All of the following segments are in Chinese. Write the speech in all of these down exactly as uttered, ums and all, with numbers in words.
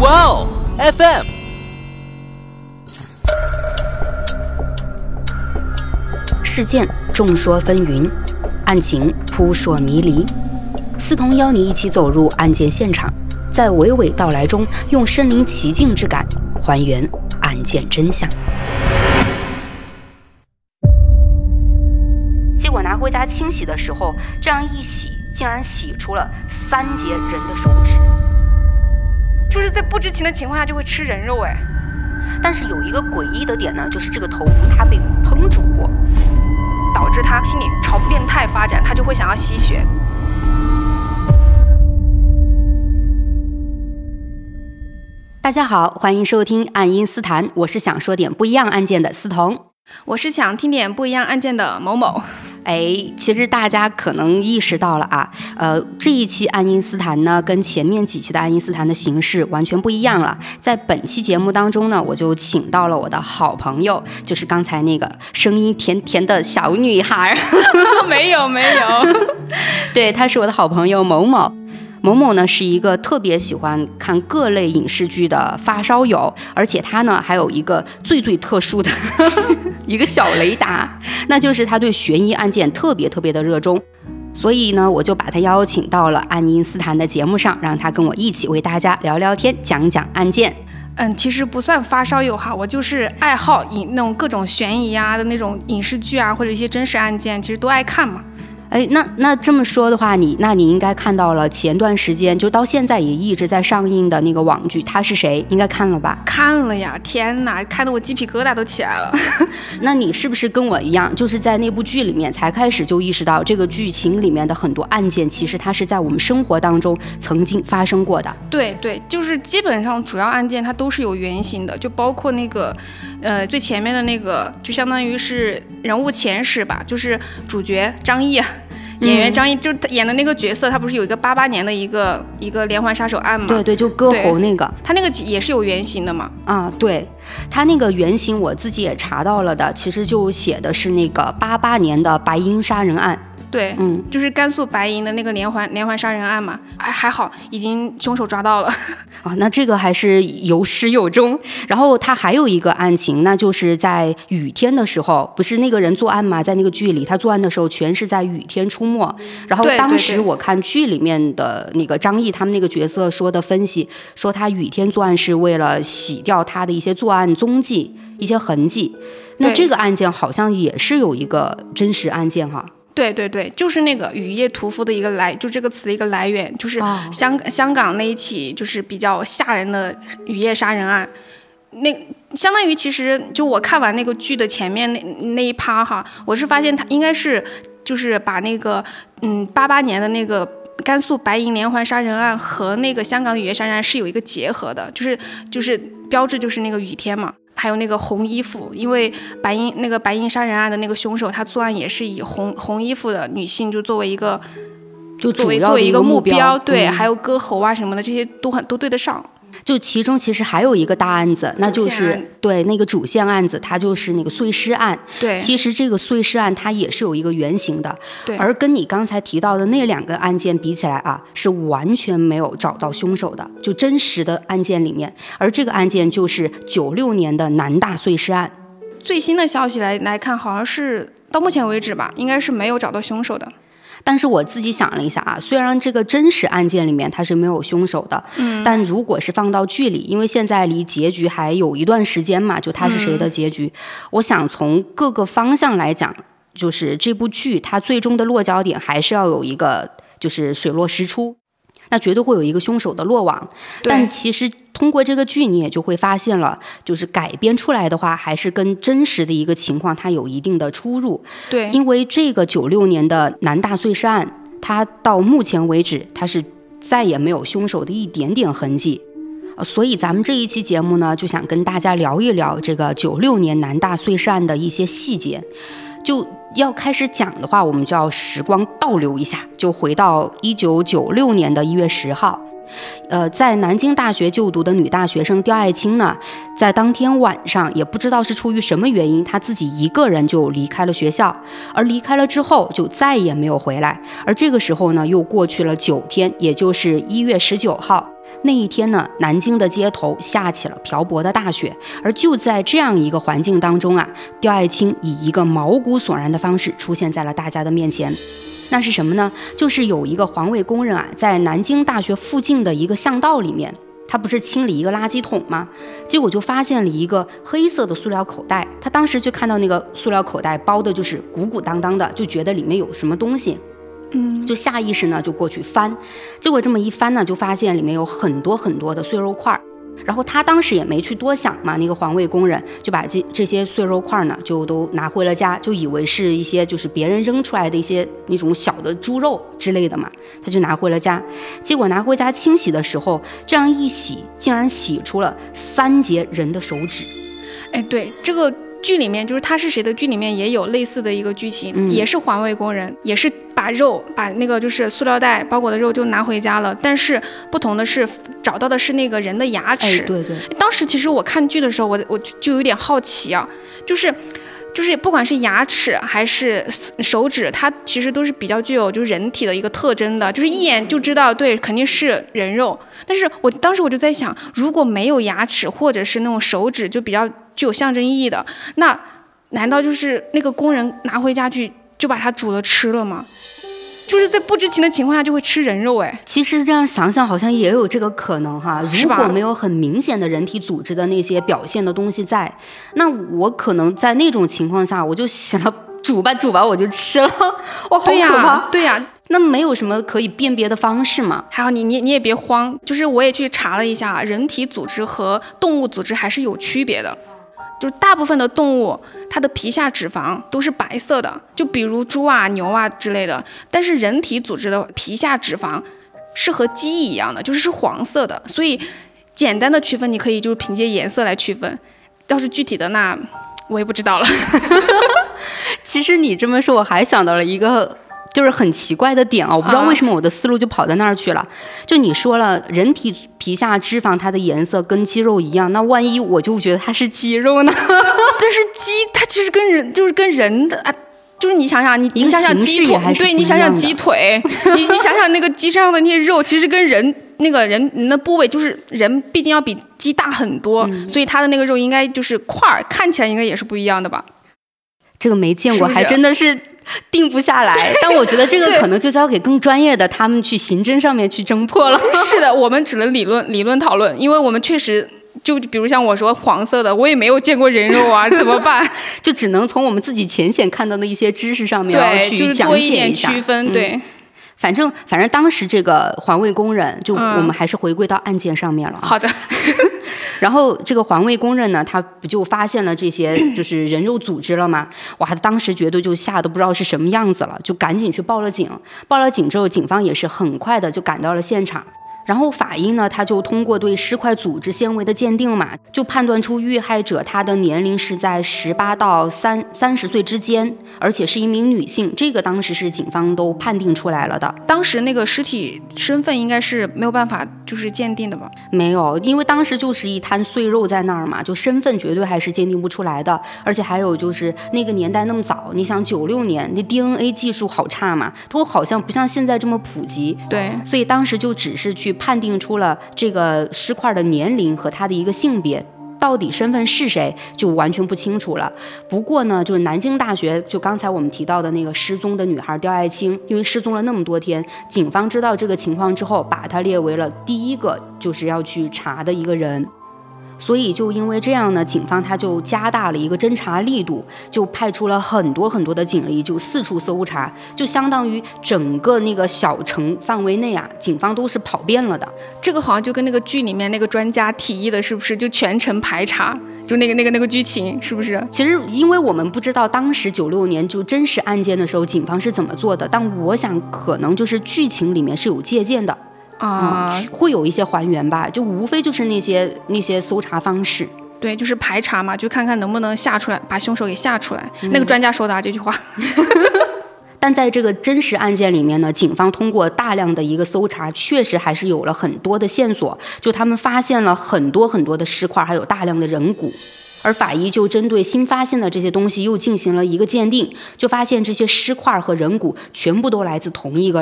哇哦 F M。 事件众说纷纭，案情扑朔迷离。思彤邀你一起走入案件现场，在娓娓道来中，用身临其境之感还原案件真相。结果拿回家清洗的时候，这样一洗，竟然洗出了三节人的手指。 就是在不知情的情况下就会吃人肉哎。 但是有一个诡异的点呢，就是这个头部它被烹煮过， 导致他心理朝变态发展，他就会想要吸血。 大家好，欢迎收听案因私谈，我是想说点不一样案件的思彤， 我是想听点不一样案件的某某。 哎，其实大家可能意识到了啊，呃，这一期案因私谈呢，跟前面几期的案因私谈的形式完全不一样了。在本期节目当中呢，我就请到了我的好朋友，就是刚才那个声音甜甜的小女孩。 没有没有， 对，她是我的好朋友某某。某某呢是一个特别喜欢看各类影视剧的发烧友，而且他呢还有一个最最特殊的一个小雷达，那就是他对悬疑案件特别特别的热衷。所以呢，我就把他邀请到了案因私谈的节目上，让他跟我一起为大家聊聊天，讲讲案件。 嗯，其实不算发烧友哈，我就是爱好影那种各种悬疑啊的那种影视剧啊，或者一些真实案件，其实都爱看嘛。 哎，那那这么说的话，你那你应该看到了前段时间就到现在也一直在上映的那个网剧《他是谁》，应该看了吧？ 看了呀，天哪，看得我鸡皮疙瘩都起来了。 那你是不是跟我一样，就是在那部剧里面才开始就意识到这个剧情里面的很多案件，其实它是在我们生活当中曾经发生过的？ 对对，就是基本上主要案件它都是有原型的，就包括那个，呃，最前面的那个，就相当于是人物前史吧，就是主角张译。演员张译就演的那个角色，他不是有一个八八年的一个一个连环杀手案吗？ 对对，就割喉那个， 他那个也是有原型的嘛。 啊，对，他那个原型我自己也查到了的，其实就写的是那个八八年的白银杀人案。 对，嗯，就是甘肃白银的那个连环连环杀人案嘛，还还好，已经凶手抓到了。 啊，那这个还是有始有终。然后他还有一个案情，那就是在雨天的时候，不是那个人作案嘛，在那个剧里，他作案的时候全是在雨天出没。然后当时我看剧里面的那个张译他们那个角色说的分析，说他雨天作案是为了洗掉他的一些作案踪迹、一些痕迹。那这个案件好像也是有一个真实案件哈。 对对对，就是那个雨夜屠夫的一个来，就这个词的一个来源，就是香、哦、香港那一起就是比较吓人的雨夜杀人案。那相当于其实就我看完那个剧的前面那那一趴哈，我是发现他应该是就是把那个嗯八八年的那个甘肃白银连环杀人案和那个香港雨夜杀人案是有一个结合的，就是就是标志就是那个雨天嘛。还有那个红衣服，因为白银那个白银杀人案的那个凶手，他作案也是以红红衣服的女性就作为一个， 就作为作为一个目标，对，嗯、还有割喉啊什么的，这些都很都对得上。 就其中其实还有一个大案子，那就是对那个主线案子，它就是那个碎尸案。 对， 其实这个碎尸案它也是有一个原型的。 对， 而跟你刚才提到的那两个案件比起来啊，是完全没有找到凶手的，就真实的案件里面。而这个案件就是九六年的南大碎尸案。 最新的消息来来看，好像是到目前为止吧，应该是没有找到凶手的。 但是我自己想了一下啊，虽然这个真实案件里面它是没有凶手的，嗯，但如果是放到剧里，因为现在离结局还有一段时间嘛，就他是谁的结局，嗯、我想从各个方向来讲，就是这部剧它最终的落脚点还是要有一个就是水落石出，那绝对会有一个凶手的落网。但其实通过这个剧你也就会发现了，就是改编出来的话还是跟真实的一个情况它有一定的出入。 对， 因为这个九六年的南大碎尸案，它到目前为止它是再也没有凶手的一点点痕迹。所以咱们这一期节目呢，就想跟大家聊一聊这个九六年南大碎尸案的一些细节。就要开始讲的话，我们就要时光倒流一下，就回到一九九六年的一月十号。呃，在南京大学就读的女大学生刁爱青呢，在当天晚上也不知道是出于什么原因，她自己一个人就离开了学校，而离开了之后就再也没有回来。而这个时候呢，又过去了九天，也就是一月十九号， 那一天呢，南京的街头下起了瓢泼的大雪，而就在这样一个环境当中啊，刁爱青以一个毛骨悚然的方式出现在了大家的面前。那是什么呢？就是有一个环卫工人啊，在南京大学附近的一个巷道里面，他不是清理一个垃圾桶吗？结果就发现了一个黑色的塑料口袋。他当时就看到那个塑料口袋包的就是鼓鼓当当的，就觉得里面有什么东西。嗯，就下意识呢就过去翻，结果这么一翻呢，就发现里面有很多很多的碎肉块。然后他当时也没去多想嘛，那个环卫工人就把这这些碎肉块呢就都拿回了家，就以为是一些就是别人扔出来的一些那种小的猪肉之类的嘛，他就拿回了家。结果拿回家清洗的时候，这样一洗，竟然洗出了三节人的手指。 哎，对，这个剧里面就是他是谁的剧里面也有类似的一个剧情，嗯、也是环卫工人，也是把肉把那个就是塑料袋包裹的肉就拿回家了，但是不同的是找到的是那个人的牙齿。 哎、对对。 当时其实我看剧的时候，我我就有点好奇啊，就是就是不管是牙齿还是手指，它其实都是比较具有就是人体的一个特征的，就是一眼就知道对肯定是人肉。但是我当时我就在想，如果没有牙齿或者是那种手指就比较具有象征意义的，那难道就是那个工人拿回家去就把它煮了吃了吗？就是在不知情的情况下就会吃人肉。哎， 其实这样想想好像也有这个可能哈。如果没有很明显的人体组织的那些表现的东西在，那我可能在那种情况下我就想了煮吧煮吧我就吃了。哇，好可怕。 对呀、啊、 那没有什么可以辨别的方式吗？ 还好你你你也别慌，就是我也去查了一下，人体组织和动物组织还是有区别的。就是大部分的动物它的皮下脂肪都是白色的，就比如猪啊牛啊之类的，但是人体组织的皮下脂肪是和鸡一样的，就是是黄色的。所以简单的区分你可以就是凭借颜色来区分，要是具体的那我也不知道了。 其实你这么说我还想到了一个就是很奇怪的点啊，我不知道为什么我的思路就跑到那儿去了。啊、就你说了，人体皮下脂肪它的颜色跟鸡肉一样，那万一我就觉得它是鸡肉呢？ 但是鸡它其实跟人就是跟人的啊，就是你想想你你想想鸡腿，对你想想鸡腿，你你想想那个鸡身上的那些肉，其实跟人那个人人的部位就是人，毕竟要比鸡大很多，嗯、所以它的那个肉应该就是块儿，看起来应该也是不一样的吧？ 这个没见过， 是是还真的是定不下来。但我觉得这个可能就交给更专业的他们去刑侦上面去侦破了。 是的，我们只能理论理论讨论，因为我们确实就比如像我说黄色的，我也没有见过人肉啊，怎么办？ 就只能从我们自己浅显看到的一些知识上面要去讲解一下， 对，就是做一点区分，对。 嗯，反正反正当时这个环卫工人，就我们还是回归到案件上面了。 嗯、好的。 然后这个环卫工人呢，他不就发现了这些就是人肉组织了吗？哇，他当时绝对就吓得不知道是什么样子了，就赶紧去报了警。报了警之后，警方也是很快的就赶到了现场。然后法医呢，他就通过对尸块组织纤维的鉴定嘛，就判断出遇害者她的年龄是在十八到三三十岁之间，而且是一名女性，这个当时是警方都判定出来了的。 当时那个尸体身份应该是没有办法就是鉴定的吧？ 没有，因为当时就是一滩碎肉在那儿嘛，就身份绝对还是鉴定不出来的。而且还有就是那个年代那么早，你想九六年那 D N A 技术好差嘛，都好像不像现在这么普及。 对， 所以当时就只是去判定出了这个尸块的年龄和他的一个性别，到底身份是谁就完全不清楚了。不过呢，就是南京大学就刚才我们提到的那个失踪的女孩刁爱青，因为失踪了那么多天，警方知道这个情况之后，把她列为了第一个就是要去查的一个人。所以就因为这样呢，警方他就加大了一个侦查力度，就派出了很多很多的警力，就四处搜查，就相当于整个那个小城范围内啊，警方都是跑遍了的。 这个好像就跟那个剧里面那个专家提议的，是不是就全程排查？就那个那个那个剧情是不是？ 其实因为我们不知道当时九六年就真实案件的时候警方是怎么做的，但我想可能就是剧情里面是有借鉴的。啊、嗯，会有一些还原吧，就无非就是那些那些搜查方式。 对，就是排查嘛，就看看能不能吓出来，把凶手给吓出来。嗯、那个专家说的、啊、这句话。 但在这个真实案件里面呢，警方通过大量的一个搜查，确实还是有了很多的线索，就他们发现了很多很多的尸块，还有大量的人骨。而法医就针对新发现的这些东西又进行了一个鉴定，就发现这些尸块和人骨全部都来自同一个人。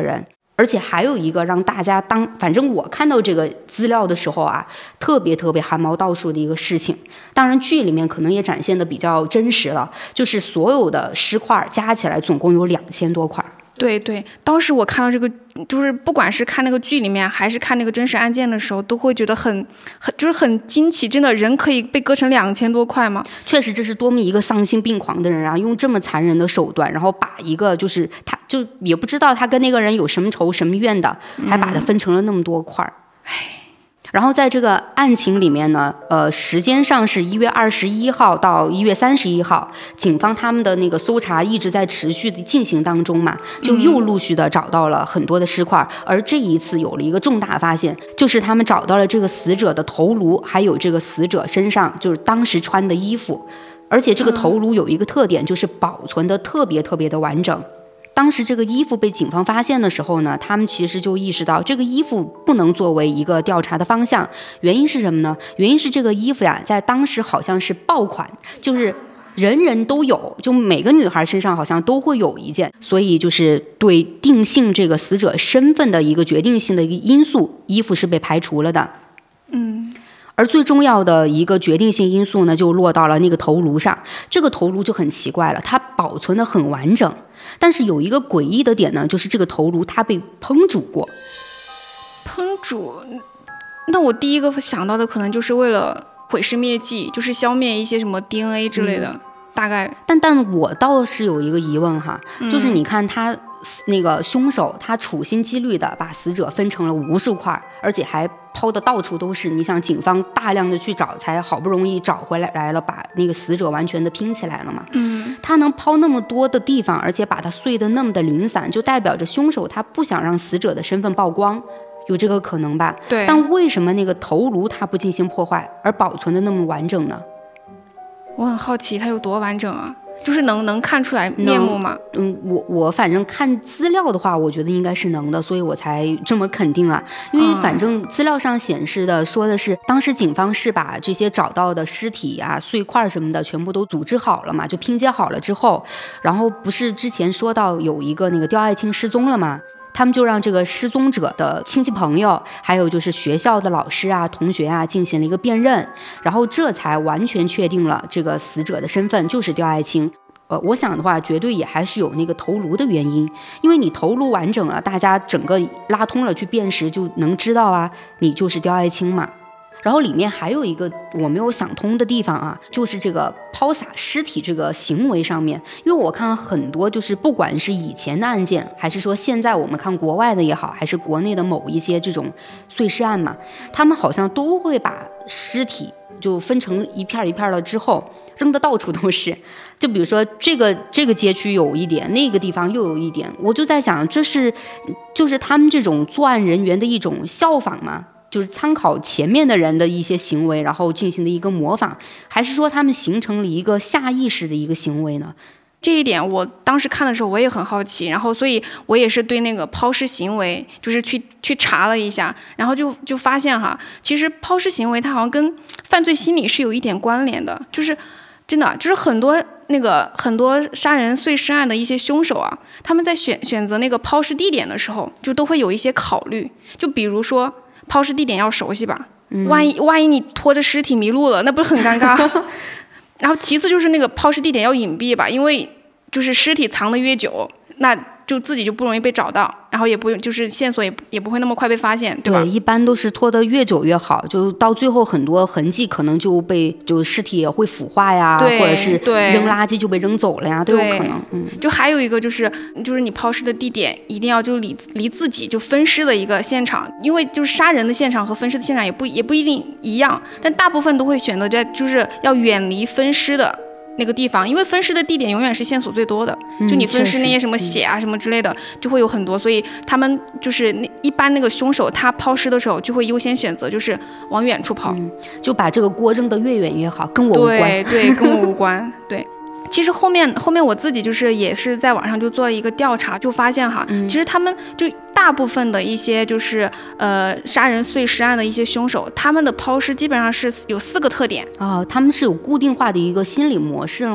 而且还有一个让大家当，反正我看到这个资料的时候啊，特别特别汗毛倒竖的一个事情。当然剧里面可能也展现的比较真实了，就是所有的尸块加起来总共有两千多块。 对对，当时我看到这个，就是不管是看那个剧里面，还是看那个真实案件的时候，都会觉得很很就是很惊奇，真的人可以被割成两千多块吗？ 确实，这是多么一个丧心病狂的人啊！用这么残忍的手段，然后把一个就是他就也不知道他跟那个人有什么仇什么怨的，还把他分成了那么多块。唉、嗯。然后在这个案情里面呢，呃，时间上是一月二十一号到一月三十一号，警方他们的那个搜查一直在持续的进行当中嘛，就又陆续的找到了很多的尸块，嗯、而这一次有了一个重大发现，就是他们找到了这个死者的头颅，还有这个死者身上就是当时穿的衣服，而且这个头颅有一个特点，就是保存的特别特别的完整。当时这个衣服被警方发现的时候呢，他们其实就意识到这个衣服不能作为一个调查的方向。原因是什么呢？原因是这个衣服呀，在当时好像是爆款，就是人人都有，就每个女孩身上好像都会有一件，所以就是对定性这个死者身份的一个决定性的一个因素，衣服是被排除了的。 嗯。 而最重要的一个决定性因素呢，就落到了那个头颅上。这个头颅就很奇怪了，它保存得很完整，但是有一个诡异的点呢，就是这个头颅它被烹煮过。 烹煮？那我第一个想到的可能就是为了毁尸灭迹，就是消灭一些什么 D N A 之类的，嗯、大概。 但但我倒是有一个疑问哈，嗯、就是你看他那个凶手，他处心积虑的把死者分成了无数块，而且还抛的到处都是。你想，警方大量的去找，才好不容易找回来来了，把那个死者完全的拼起来了嘛。 嗯， 他能抛那么多的地方，而且把它碎的那么的零散，就代表着凶手他不想让死者的身份曝光，有这个可能吧？ 对。 但为什么那个头颅他不进行破坏，而保存的那么完整呢？ 我很好奇，它有多完整啊？就是能能看出来面目吗？ 嗯，我我反正看资料的话，我觉得应该是能的，所以我才这么肯定啊。因为反正资料上显示的说的是，当时警方是把这些找到的尸体啊、碎块什么的全部都组织好了嘛，就拼接好了之后，然后不是之前说到有一个那个刁爱青失踪了吗？他们就让这个失踪者的亲戚朋友，还有就是学校的老师啊、同学啊进行了一个辨认，然后这才完全确定了这个死者的身份就是刁爱青。呃，我想的话，绝对也还是有那个头颅的原因，因为你头颅完整了，大家整个拉通了去辨识，就能知道啊，你就是刁爱青嘛。然后里面还有一个我没有想通的地方啊，就是这个抛洒尸体这个行为上面，因为我看很多就是不管是以前的案件，还是说现在我们看国外的也好，还是国内的某一些这种碎尸案嘛，他们好像都会把尸体就分成一片一片了之后扔得到处都是，就比如说这个这个街区有一点，那个地方又有一点，我就在想，这是就是他们这种作案人员的一种效仿吗？就是参考前面的人的一些行为，然后进行的一个模仿，还是说他们形成了一个下意识的一个行为呢？ 这一点我当时看的时候我也很好奇，然后所以我也是对那个抛尸行为就是去去查了一下，然后就就发现哈，其实抛尸行为它好像跟犯罪心理是有一点关联的，就是真的就是很多那个很多杀人碎尸案的一些凶手啊，他们在选选择那个抛尸地点的时候，就都会有一些考虑，就比如说抛尸地点要熟悉吧，嗯、万一万一你拖着尸体迷路了，那不是很尴尬？然后其次就是那个抛尸地点要隐蔽吧，因为就是尸体藏得越久，那就自己就不容易被找到，然后也不就是线索也也不会那么快被发现，对吧？ 对，一般都是拖得越久越好，就到最后很多痕迹可能就被就尸体也会腐化呀，或者是扔垃圾就被扔走了呀，都有可能。嗯， 就还有一个就是就是你抛尸的地点一定要就离离自己就分尸的一个现场，因为就是杀人的现场和分尸的现场也不也不一定一样，但大部分都会选择在就是要远离分尸的那个地方，因为分尸的地点永远是线索最多的， 嗯、 就你分尸那些什么血啊什么之类的就会有很多，所以他们就是那一般那个凶手他抛尸的时候就会优先选择就是往远处跑， 嗯、就把这个锅扔得越远越好，跟我无关。 对对，跟我无关。对。其实后面后面我自己就是也是在网上就做了一个调查，就发现哈，嗯、其实他们就大部分的一些就是呃杀人碎尸案的一些凶手，他们的抛尸基本上是有四个特点啊、哦，他们是有固定化的一个心理模式了吗？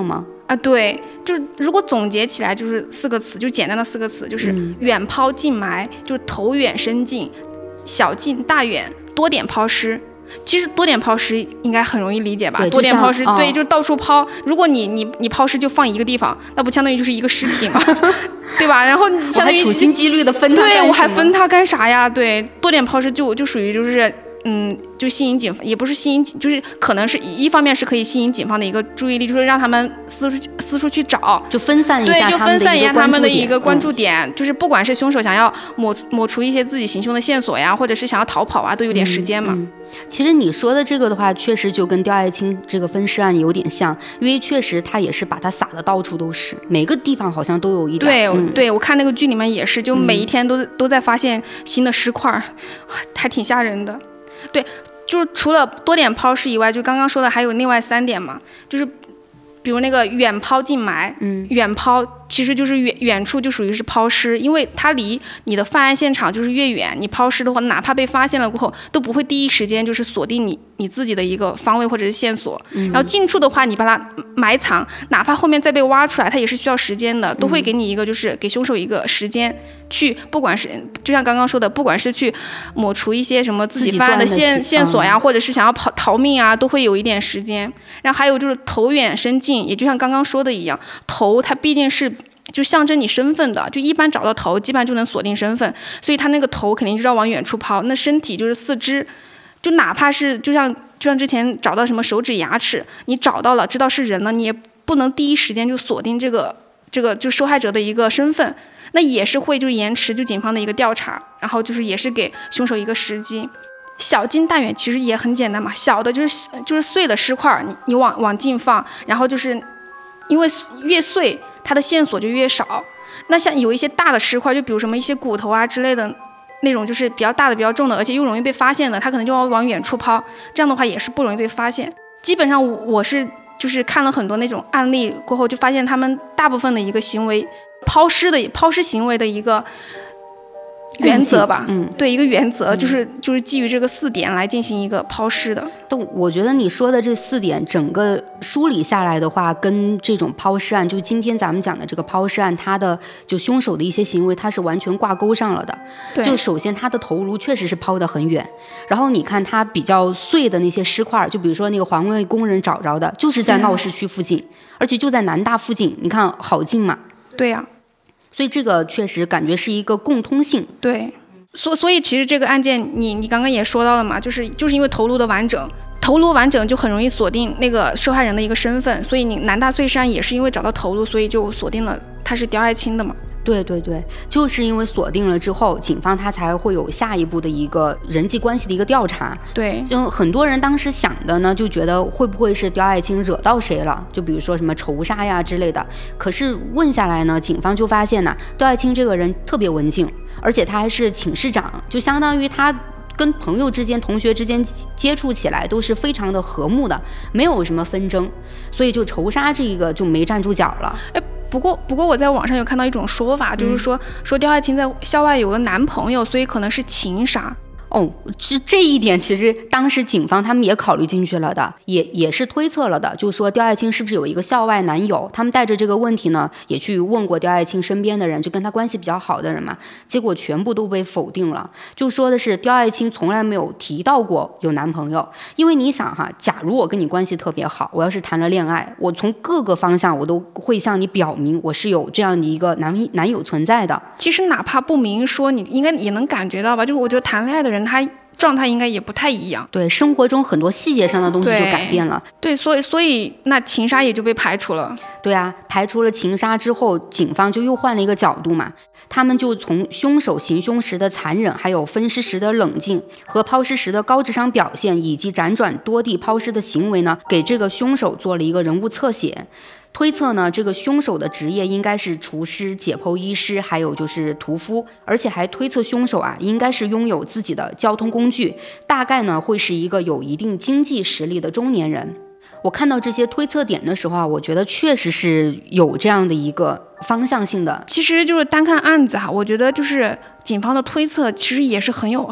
啊，对，就是如果总结起来就是四个词，就简单的四个词，就是远抛近埋，就是头远身近，小近大远，多点抛尸。其实多点抛尸应该很容易理解吧？多点抛尸，对，就是到处抛。如果你你你抛尸就放一个地方，那不相当于就是一个尸体嘛，对吧？然后你相当于处心积虑的分它， 对我还分它干啥呀？对，多点抛尸就就属于就是。嗯，就吸引警方，也不是吸引，就是可能是一方面是可以吸引警方的一个注意力，就是让他们四处四处去找， 就分散一下， 对，就分散一下他们的一个关注点， 嗯、 就是不管是凶手想要抹抹除一些自己行凶的线索呀，或者是想要逃跑啊，都有点时间嘛。 嗯嗯、其实你说的这个的话，确实就跟刁爱青这个分尸案有点像，因为确实他也是把它撒的到处都是，每个地方好像都有一点。 对、 嗯、 对，我看那个剧里面也是，就每一天都、嗯、都在发现新的尸块，还挺吓人的。对。就是除了多点抛尸以外，就刚刚说的还有另外三点嘛，就是比如那个远抛近埋， 嗯， 远抛其实就是远远处就属于是抛尸，因为它离你的犯案现场就是越远，你抛尸的话，哪怕被发现了过后，都不会第一时间就是锁定你你自己的一个方位或者是线索。 嗯、 然后近处的话，你把它埋藏，哪怕后面再被挖出来，它也是需要时间的，都会给你一个就是给凶手一个时间去，不管是就像刚刚说的，不管是去抹除一些什么自己犯案的线线索呀，或者是想要跑逃命啊，都会有一点时间。然后还有就是头远身近，也就像刚刚说的一样，头它毕竟是。就象征你身份的，就一般找到头，基本上就能锁定身份，所以他那个头肯定就是要往远处抛。那身体就是四肢，就哪怕是就像就像之前找到什么手指、牙齿，你找到了，知道是人了，你也不能第一时间就锁定这个这个就受害者的一个身份，那也是会就延迟就警方的一个调查，然后就是也是给凶手一个时机。小近大远其实也很简单嘛，小的就是就是碎的尸块，你你往往近放，然后就是因为越碎。它的线索就越少，那像有一些大的尸块，就比如什么一些骨头啊之类的那种，就是比较大的、比较重的，而且又容易被发现的，它可能就要往远处抛，这样的话也是不容易被发现。基本上我是就是看了很多那种案例过后，就发现他们大部分的一个行为，抛尸的抛尸行为的一个原则吧， 嗯， 对，一个原则、嗯、就是就是基于这个四点来进行一个抛尸的。 但我觉得你说的这四点，整个梳理下来的话，跟这种抛尸案，就今天咱们讲的这个抛尸案，它的就凶手的一些行为，它是完全挂钩上了的。 对， 就首先他的头颅确实是抛得很远，然后你看他比较碎的那些尸块，就比如说那个环卫工人找着的，就是在闹市区附近，嗯、而且就在南大附近，你看好近嘛。 对呀、啊。 所以这个确实感觉是一个共通性。 对，所所以其实这个案件你你刚刚也说到了嘛，就是就是因为头颅的完整，头颅完整就很容易锁定那个受害人的一个身份，所以你南大碎尸案也是因为找到头颅，所以就锁定了他是刁爱青的嘛。 对对对，就是因为锁定了之后，警方他才会有下一步的一个人际关系的一个调查。 对， 就很多人当时想的呢，就觉得会不会是刁爱青惹到谁了，就比如说什么仇杀呀之类的。可是问下来呢，警方就发现呢，刁爱青这个人特别文静，而且他还是寝室长，就相当于他跟朋友之间、同学之间接触起来都是非常的和睦的，没有什么纷争，所以就仇杀这个就没站住脚了。 哎，不过不过我在网上有看到一种说法，就是说说刁爱青在校外有个男朋友，所以可能是情杀。 哦，这这一点其实当时警方他们也考虑进去了的，也也是推测了的，就是说刁爱青是不是有一个校外男友？他们带着这个问题呢，也去问过刁爱青身边的人，就跟他关系比较好的人嘛，结果全部都被否定了。就说的是刁爱青从来没有提到过有男朋友，因为你想哈，假如我跟你关系特别好，我要是谈了恋爱，我从各个方向我都会向你表明我是有这样的一个男男友存在的。 其实哪怕不明说，你应该也能感觉到吧？就我觉得谈恋爱的人他状态应该也不太一样， 对，生活中很多细节上的东西就改变了。 对，对，所以所以那情杀也就被排除了。 对啊，排除了情杀之后，警方就又换了一个角度嘛，他们就从凶手行凶时的残忍，还有分尸时的冷静和抛尸时的高智商表现，以及辗转多地抛尸的行为呢，给这个凶手做了一个人物侧写。推测呢，这个凶手的职业应该是厨师、解剖医师，还有就是屠夫，而且还推测凶手啊，应该是拥有自己的交通工具，大概呢会是一个有一定经济实力的中年人。我看到这些推测点的时候啊，我觉得确实是有这样的一个方向性的。 其实就是单看案子哈，我觉得就是警方的推测其实也是很有很。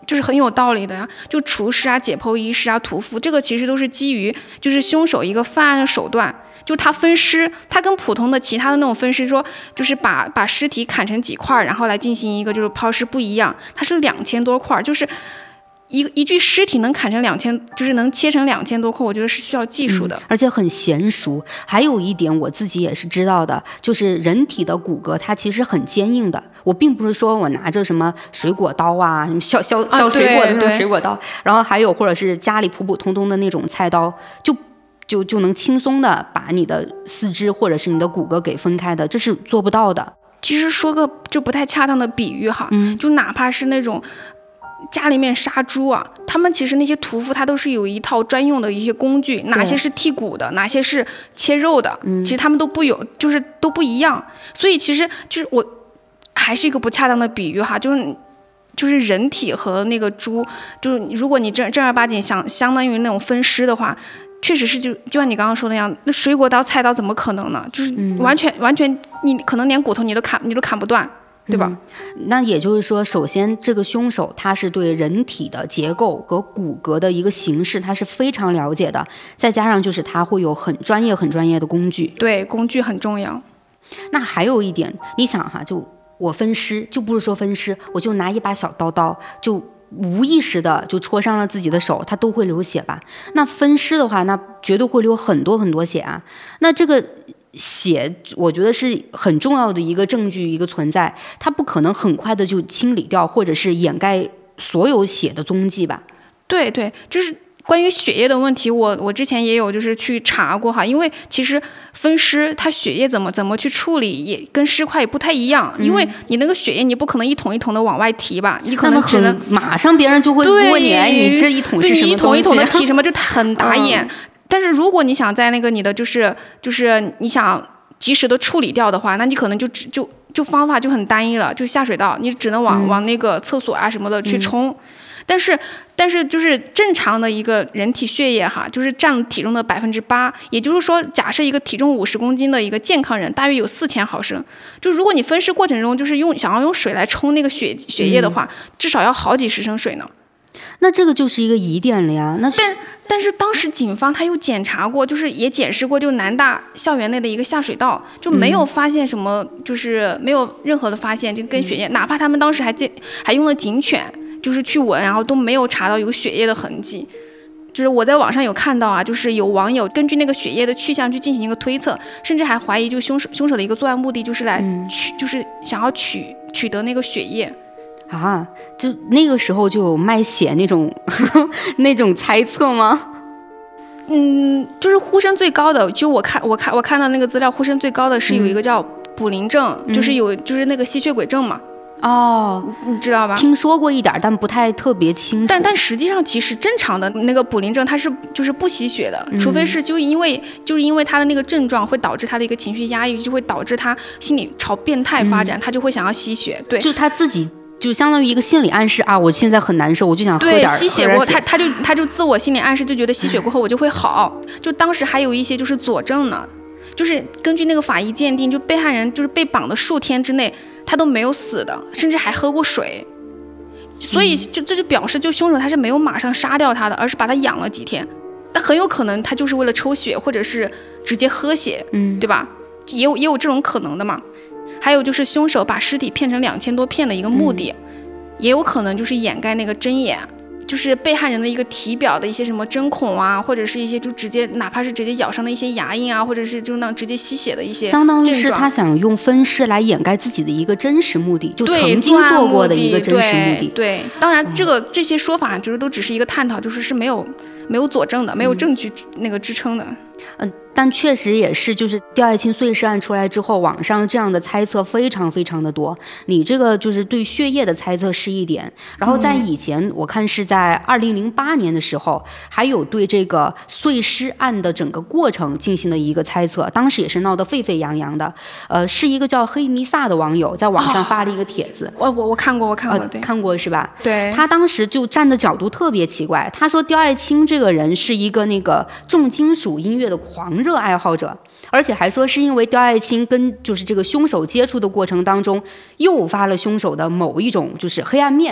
就是很有道理的呀。就厨师啊、解剖医师啊、屠夫，这个其实都是基于就是凶手一个犯案的手段。就他分尸，他跟普通的其他的那种分尸说，就是把把尸体砍成几块，然后来进行一个就是抛尸不一样，它是两千多块，就是一一具尸体能砍成两千，就是能切成两千多块，我觉得是需要技术的、嗯， 而且很娴熟。还有一点我自己也是知道的，就是人体的骨骼它其实很坚硬的。我并不是说我拿着什么水果刀啊，什么削削削水果的那种水果刀，啊、然后还有或者是家里普普通通的那种菜刀，就。就就能轻松的把你的四肢或者是你的骨骼给分开的，这是做不到的。 其实说个就不太恰当的比喻哈，嗯，就哪怕是那种家里面杀猪啊，他们其实那些屠夫他都是有一套专用的一些工具，哪些是剔骨的，哪些是切肉的，其实他们都不有，就是都不一样。所以其实就是我还是一个不恰当的比喻哈，就是就是人体和那个猪，就是如果你正正儿八经想相当于那种分尸的话。确实是就就像你刚刚说的那样，那水果刀菜刀怎么可能呢？就是完全、嗯、完全你可能连骨头你都砍你都砍不断，对吧、 嗯、那也就是说，首先这个凶手他是对人体的结构和骨骼的一个形式他是非常了解的，再加上就是他会有很专业很专业的工具。 对，工具很重要。 那还有一点，你想哈，就我分尸就不是说分尸，我就拿一把小刀刀就无意识的就戳伤了自己的手，它都会流血吧？那分尸的话，那绝对会流很多很多血啊。那这个血，我觉得是很重要的一个证据，一个存在，它不可能很快的就清理掉，或者是掩盖所有血的踪迹吧？ 对对，就是。关于血液的问题，我我之前也有就是去查过哈，因为其实分尸它血液怎么怎么去处理也跟尸块也不太一样，嗯、因为你那个血液你不可能一桶一桶的往外提吧，你可能只能马上别人就会问你，哎，你这一桶是什么东西？ 一桶一桶的提什么，这很打眼。嗯、但是如果你想在那个你的就是就是你想及时的处理掉的话，那你可能就只就就方法就很单一了，就下水道，你只能往、嗯、往那个厕所啊什么的去冲。嗯但是，但是就是正常的一个人体血液哈，就是占体重的百分之八，也就是说，假设一个体重五十公斤的一个健康人，大约有四千毫升。就如果你分尸过程中就是用想要用水来冲那个血血液的话，嗯、至少要好几十升水呢。 那这个就是一个疑点了呀。那但但是当时警方他又检查过，就是也检视过，就南大校园内的一个下水道，就没有发现什么，嗯、就是没有任何的发现，就跟血液，嗯、哪怕他们当时还见还用了警犬。就是去闻，然后都没有查到有血液的痕迹。就是我在网上有看到啊，就是有网友根据那个血液的去向去进行一个推测，甚至还怀疑就凶手凶手的一个作案目的就是来取，嗯、就是想要取取得那个血液啊。就那个时候就有卖血那种那种猜测吗？ 嗯，就是呼声最高的，就我看我看我看到那个资料，呼声最高的是有一个叫卟啉症，嗯、就是有就是那个吸血鬼症嘛。 哦， 你知道吧？ 听说过一点，但不太特别清楚。 但但实际上，其实正常的那个卟啉症，它是就是不吸血的，嗯、除非是就因为就是因为他的那个症状会导致他的一个情绪压抑，就会导致他心理朝变态发展，嗯、他就会想要吸血。对， 就他自己就相当于一个心理暗示啊，我现在很难受，我就想喝点对吸血过，他他就他就自我心理暗示，就觉得吸血过后我就会好。就当时还有一些就是佐证呢。就是根据那个法医鉴定，就被害人就是被绑的数天之内，他都没有死的，甚至还喝过水，所以就这就表示，就凶手他是没有马上杀掉他的，而是把他养了几天。那很有可能他就是为了抽血，或者是直接喝血，嗯，对吧？也有也有这种可能的嘛。还有就是凶手把尸体片成两千多片的一个目的，嗯、也有可能就是掩盖那个针眼。就是被害人的一个体表的一些什么针孔啊，或者是一些就直接哪怕是直接咬伤的一些牙印啊，或者是就那直接吸血的一些症状， 相当于是他想用分尸来掩盖自己的一个真实目的，就曾经做过的一个真实目的。 对，对当然这个、嗯、这些说法就是都只是一个探讨，就是是没有没有佐证的，没有证据那个支撑的。 嗯、呃，但确实也是，就是刁爱青碎尸案出来之后，网上这样的猜测非常非常的多。你这个就是对血液的猜测是一点，然后在以前、嗯、我看是在二零零八年的时候，还有对这个碎尸案的整个过程进行了一个猜测，当时也是闹得沸沸扬扬的。呃，是一个叫黑弥撒的网友在网上发了一个帖子， 我、哦、我我看过，我看过，对、 呃，看过是吧？ 对。 他当时就站的角度特别奇怪，他说刁爱青这个人是一个那个重金属音乐的狂热爱好者，而且还说是因为刁爱青跟就是这个凶手接触的过程当中，诱发了凶手的某一种就是黑暗面，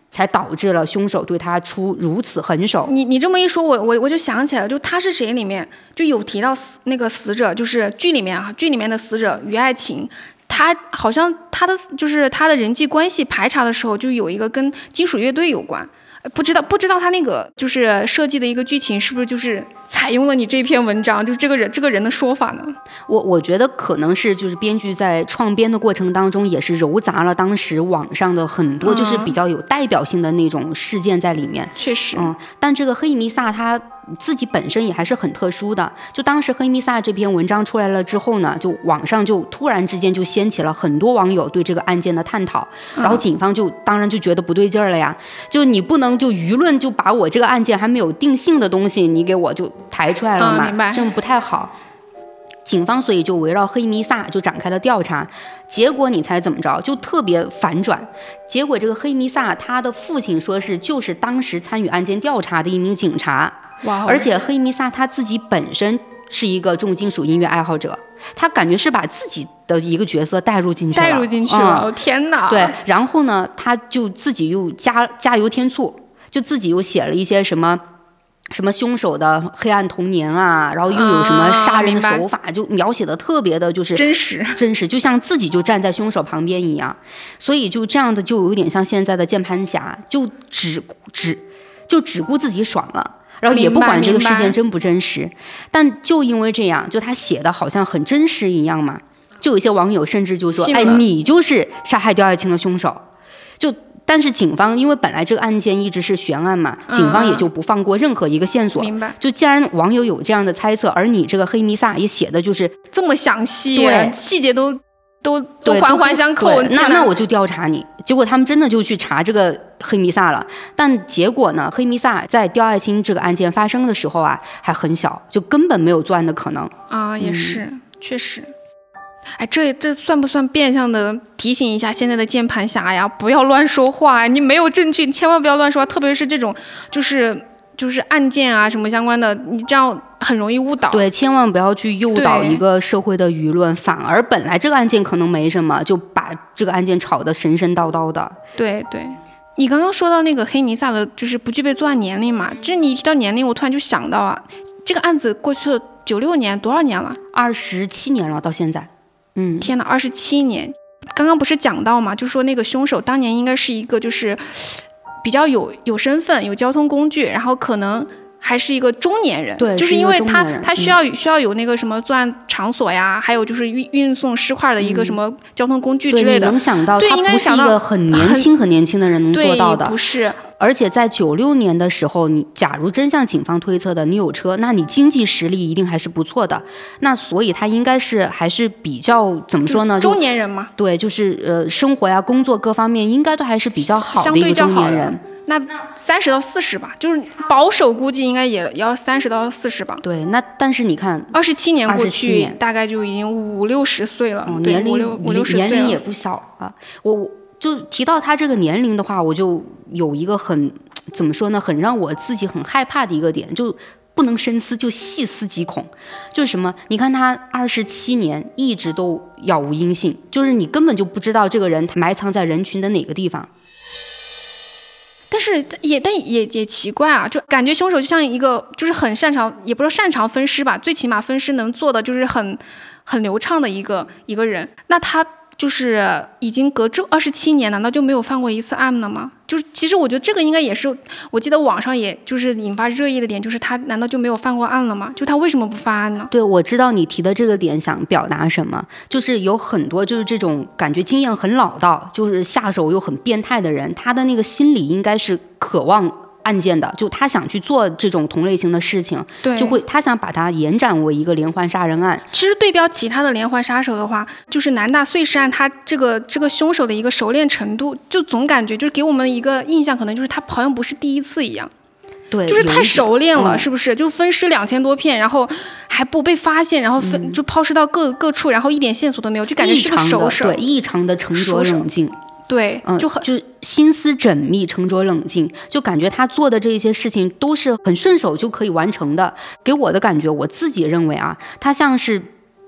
才导致了凶手对他出如此狠手。 你你这么一说，我我我就想起来了，就他是谁里面就有提到死那个死者，就是剧里面啊，剧里面的死者于爱琴，他好像他的就是他的人际关系排查的时候，就有一个跟金属乐队有关。不知道不知道他那个就是设计的一个剧情是不是就是采用了你这篇文章，就是这个人这个人的说法呢？ 我我觉得可能是就是编剧在创编的过程当中也是糅杂了当时网上的很多就是比较有代表性的那种事件在里面。 确实， 嗯，但这个黑弥撒他自己本身也还是很特殊的。就当时黑弥撒这篇文章出来了之后呢，就网上就突然之间就掀起了很多网友对这个案件的探讨，然后警方就当然就觉得不对劲儿了呀，就你不能就舆论就把我这个案件还没有定性的东西你给我就抬出来了嘛， 嗯、 这样不太好。警方所以就围绕黑弥撒就展开了调查，结果你猜怎么着？就特别反转。结果这个黑弥撒他的父亲说是就是当时参与案件调查的一名警察， 哇！ 而且黑弥撒他自己本身是一个重金属音乐爱好者，他感觉是把自己的一个角色带入进去了， 带入进去了， 嗯、 天哪！ 对，然后呢，他就自己又加加油添醋，就自己又写了一些什么。什么凶手的黑暗童年啊，然后又有什么杀人的手法，啊、就描写的特别的就是真实真实，就像自己就站在凶手旁边一样。所以就这样的就有点像现在的键盘侠，就只只就只顾自己爽了，然后也不管这个事件真不真实。但就因为这样，就他写的好像很真实一样嘛，就有些网友甚至就说：“哎，你就是杀害刁爱青的凶手。”就。但是警方因为本来这个案件一直是悬案嘛， 嗯、 警方也就不放过任何一个线索。 明白。 就既然网友有这样的猜测，而你这个黑弥撒也写的就是这么详细， 对， 细节都都都环环相扣。 那那我就调查你。结果他们真的就去查这个黑弥撒了，但结果呢，黑弥撒在刁爱青这个案件发生的时候啊，还很小，就根本没有作案的可能啊，也是，嗯、确实。哎，这这算不算变相的提醒一下现在的键盘侠呀？不要乱说话，你没有证据，你千万不要乱说话。特别是这种就是就是案件啊什么相关的，你这样很容易误导。 对，千万不要去诱导一个社会的舆论，反而本来这个案件可能没什么，就把这个案件炒得神神叨叨的。 对对，你刚刚说到那个黑弥撒的，就是不具备作案年龄嘛？这你一提到年龄，我突然就想到啊，这个案子过去了九六年，多少年了？ 二十七年了，到现在。嗯， 天哪，二十七年！刚刚不是讲到嘛，就说那个凶手当年应该是一个就是比较有有身份、有交通工具，然后可能还是一个中年人。 对， 就是因为他他需要、 嗯、 需要有那个什么作案场所呀，还有就是运运送尸块的一个什么交通工具之类的。 对，你能想到， 对， 他不是一个很年轻很年轻的人能做到的。 对，不是。 而且在九六年的时候，你假如真像警方推测的，你有车，那你经济实力一定还是不错的。那所以他应该是还是比较怎么说呢？ 中年人嘛。 对，就是呃，生活呀、工作各方面应该都还是比较好的一个中年人。 那三十到四十吧，就是保守估计应该也要三十到四十吧。 对，那但是你看， 二十七年过去，大概就已经五六十岁了， 嗯、 对， 年龄五六五六十岁了， 年龄也不小啊。我我就提到他这个年龄的话，我就有一个很怎么说呢，很让我自己很害怕的一个点，就不能深思，就细思极恐。就是什么？你看他二十七年一直都杳无音信，就是你根本就不知道这个人埋藏在人群的哪个地方。 但是也但也也奇怪啊，就感觉凶手就像一个就是很擅长，也不知道擅长分尸吧，最起码分尸能做的就是很很流畅的一个一个人。那他就是已经隔这二十七年，难道就没有犯过一次案了吗？就是其实我觉得这个应该也是，我记得网上也就是引发热议的点，就是他难道就没有犯过案了吗？就他为什么不犯案呢？ 对，我知道你提的这个点想表达什么，就是有很多就是这种感觉经验很老道，就是下手又很变态的人，他的那个心理应该是渴望案件的，就他想去做这种同类型的事情， 对， 就会他想把它延展为一个连环杀人案。 其实对标其他的连环杀手的话，就是南大碎尸案，他这个这个凶手的一个熟练程度，就总感觉就是给我们一个印象，可能就是他好像不是第一次一样。 对， 就是太熟练了， 嗯、 是不是？就分尸两千多片，然后还不被发现，然后分、嗯、就抛尸到各各处，然后一点线索都没有，就感觉是个熟手。 对，异常的沉着冷静。 对， 嗯， 就很就心思缜密、沉着冷静，就感觉他做的这些事情都是很顺手就可以完成的。给我的感觉，我自己认为啊，他像是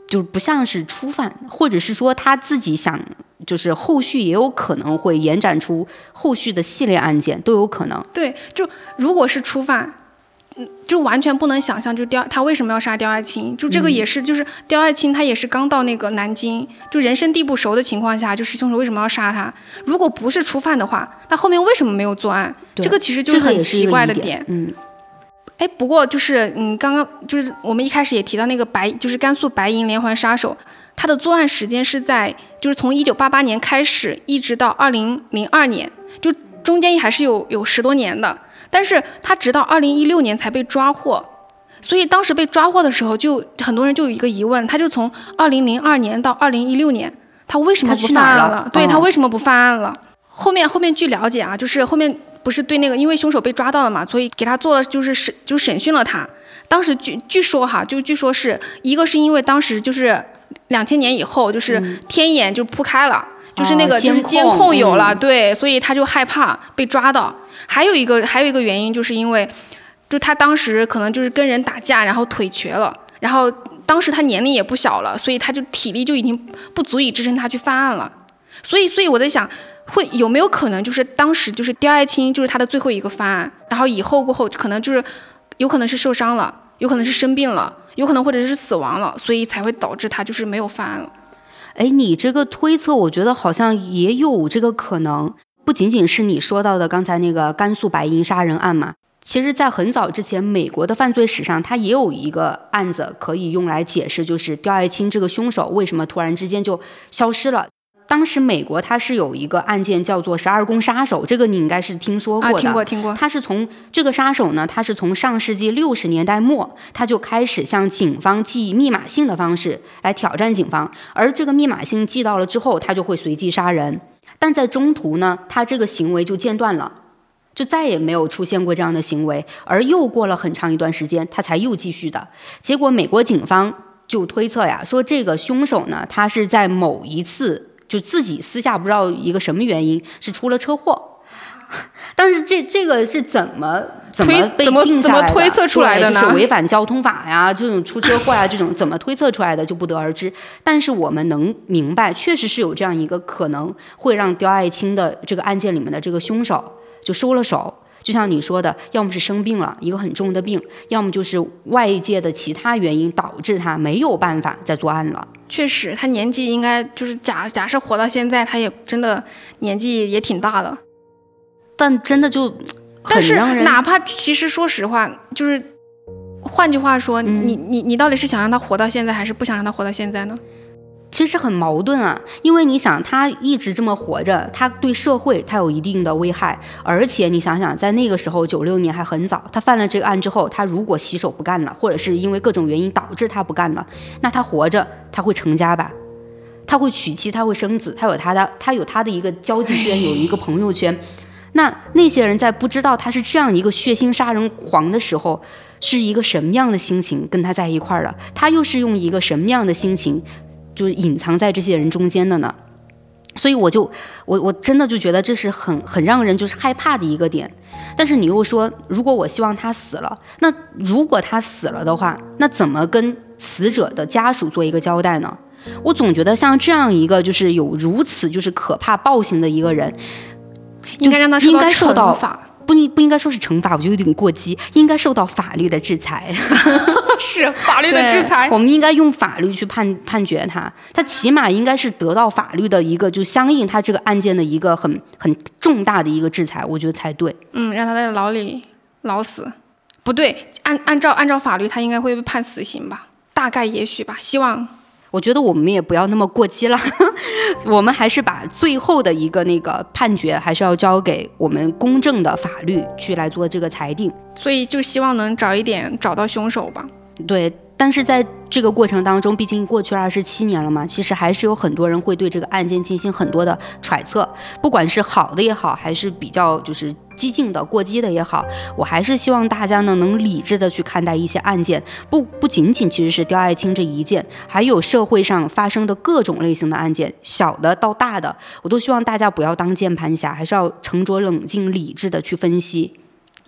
就不像是初犯，或者是说他自己想，就是后续也有可能会延展出后续的系列案件，都有可能。 对，就如果是初犯，就完全不能想象，就刁他为什么要杀刁爱青？就这个也是，嗯、就是刁爱青他也是刚到那个南京，就人生地不熟的情况下，就是凶手为什么要杀他？如果不是初犯的话，那后面为什么没有作案？这个其实就是很奇怪的点。 这个、嗯。 哎，不过就是嗯，刚刚就是我们一开始也提到那个白，就是甘肃白银连环杀手，他的作案时间是在就是从一九八八年开始，一直到二零零二年，就中间还是有有十多年的。但是他直到二零一六年才被抓获，所以当时被抓获的时候，就很多人就有一个疑问，他就从二零零二年到二零一六年，他为什么不犯案了？ 了对、 嗯、 他为什么不犯案了？后面后面据了解啊，就是后面。不是对那个，因为凶手被抓到了嘛，所以给他做了就是审就审讯了他。当时据据说哈，就据说是一个是因为当时就是两千年以后，就是天眼就铺开了，嗯、就是那个就是监控有了， 嗯、 对，所以他就害怕被抓到。还有一个还有一个原因，就是因为就他当时可能就是跟人打架，然后腿瘸了，然后当时他年龄也不小了，所以他就体力就已经不足以支撑他去犯案了。所以所以我在想。会有没有可能就是当时就是刁爱青就是他的最后一个犯案，然后以后过后可能就是有可能是受伤了，有可能是生病了，有可能或者是死亡了，所以才会导致他就是没有犯案了。 哎，你这个推测我觉得好像也有这个可能，不仅仅是你说到的刚才那个甘肃白银杀人案嘛，其实在很早之前美国的犯罪史上它也有一个案子可以用来解释，就是刁爱青这个凶手为什么突然之间就消失了。当时美国它是有一个案件叫做十二宫杀手，这个你应该是听说过的。 啊，听过听过。 他是从这个杀手呢，他是从上世纪六十年代末，他就开始向警方寄密码信的方式来挑战警方，而这个密码信寄到了之后，他就会随机杀人。但在中途呢，他这个行为就间断了，就再也没有出现过这样的行为，而又过了很长一段时间，他才又继续的。结果美国警方就推测呀，说这个凶手呢，他是在某一次。就自己私下不知道一个什么原因是出了车祸，但是这这个是怎么怎么被定下来的？ 怎么推测出来的呢？ 就是违反交通法呀，这种出车祸呀，这种怎么推测出来的就不得而知。但是我们能明白，确实是有这样一个可能，会让刁爱青的这个案件里面的这个凶手就收了手。就像你说的，要么是生病了，一个很重的病，要么就是外界的其他原因导致他没有办法再作案了。 确实，他年纪应该就是假假设活到现在，他也真的年纪也挺大的。 但真的就很让人， 但是哪怕其实说实话，就是换句话说，嗯、你你你到底是想让他活到现在，还是不想让他活到现在呢？ 其实很矛盾啊，因为你想他一直这么活着，他对社会他有一定的危害，而且你想想在那个时候九六年还很早，他犯了这个案之后，他如果洗手不干了，或者是因为各种原因导致他不干了，那他活着他会成家吧，他会娶妻，他会生子，他有他的他有他的一个交际圈，有一个朋友圈。那那些人在不知道他是这样一个血腥杀人狂的时候，是一个什么样的心情跟他在一块儿了？他又是用一个什么样的心情就是隐藏在这些人中间的呢？所以我就我我真的就觉得这是很很让人就是害怕的一个点。但是你又说，如果我希望他死了，那如果他死了的话，那怎么跟死者的家属做一个交代呢？我总觉得像这样一个就是有如此就是可怕暴行的一个人， 应该让他应该受到惩罚。 不不应该说是惩罚，我觉得有点过激，应该受到法律的制裁。 是法律的制裁， 我们应该用法律去判判决他，他起码应该是得到法律的一个就相应他这个案件的一个很很重大的一个制裁，我觉得才对。 嗯，让他在牢里老死，不对，按按照按照法律，他应该会被判死刑吧？大概也许吧，希望。 我觉得我们也不要那么过激了，我们还是把最后的一个那个判决还是要交给我们公正的法律去来做这个裁定。 所以就希望能早一点找到凶手吧。 对，但是在这个过程当中，毕竟过去了二十七年了嘛，其实还是有很多人会对这个案件进行很多的揣测，不管是好的也好，还是比较就是激进的过激的也好，我还是希望大家呢能理智的去看待一些案件，不不仅仅其实是刁爱青这一件，还有社会上发生的各种类型的案件，小的到大的，我都希望大家不要当键盘侠，还是要沉着冷静理智的去分析。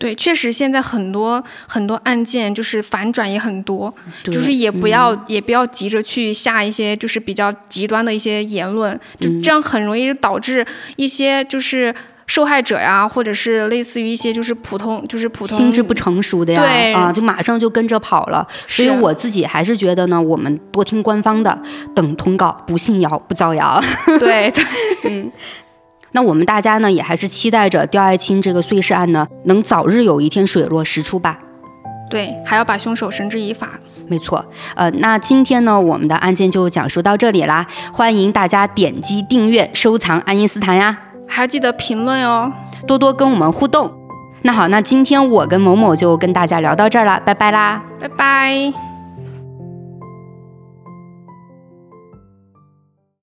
对，确实现在很多很多案件就是反转也很多，就是也不要、嗯、也不要急着去下一些就是比较极端的一些言论，就这样很容易导致一些就是受害者呀，或者是类似于一些就是普通就是普通心智不成熟的呀， 对啊，就马上就跟着跑了。所以我自己还是觉得呢，我们多听官方的，等通告，不信谣不造谣。 对对， 嗯。那我们大家呢，也还是期待着刁爱青这个碎尸案呢，能早日有一天水落石出吧。 对，还要把凶手绳之以法。 没错，呃，那今天呢，我们的案件就讲述到这里啦。欢迎大家点击订阅、收藏爱因斯坦呀， 还要记得评论哦， 多多跟我们互动。那好，那今天我跟某某就跟大家聊到这儿了，拜拜啦， 拜拜。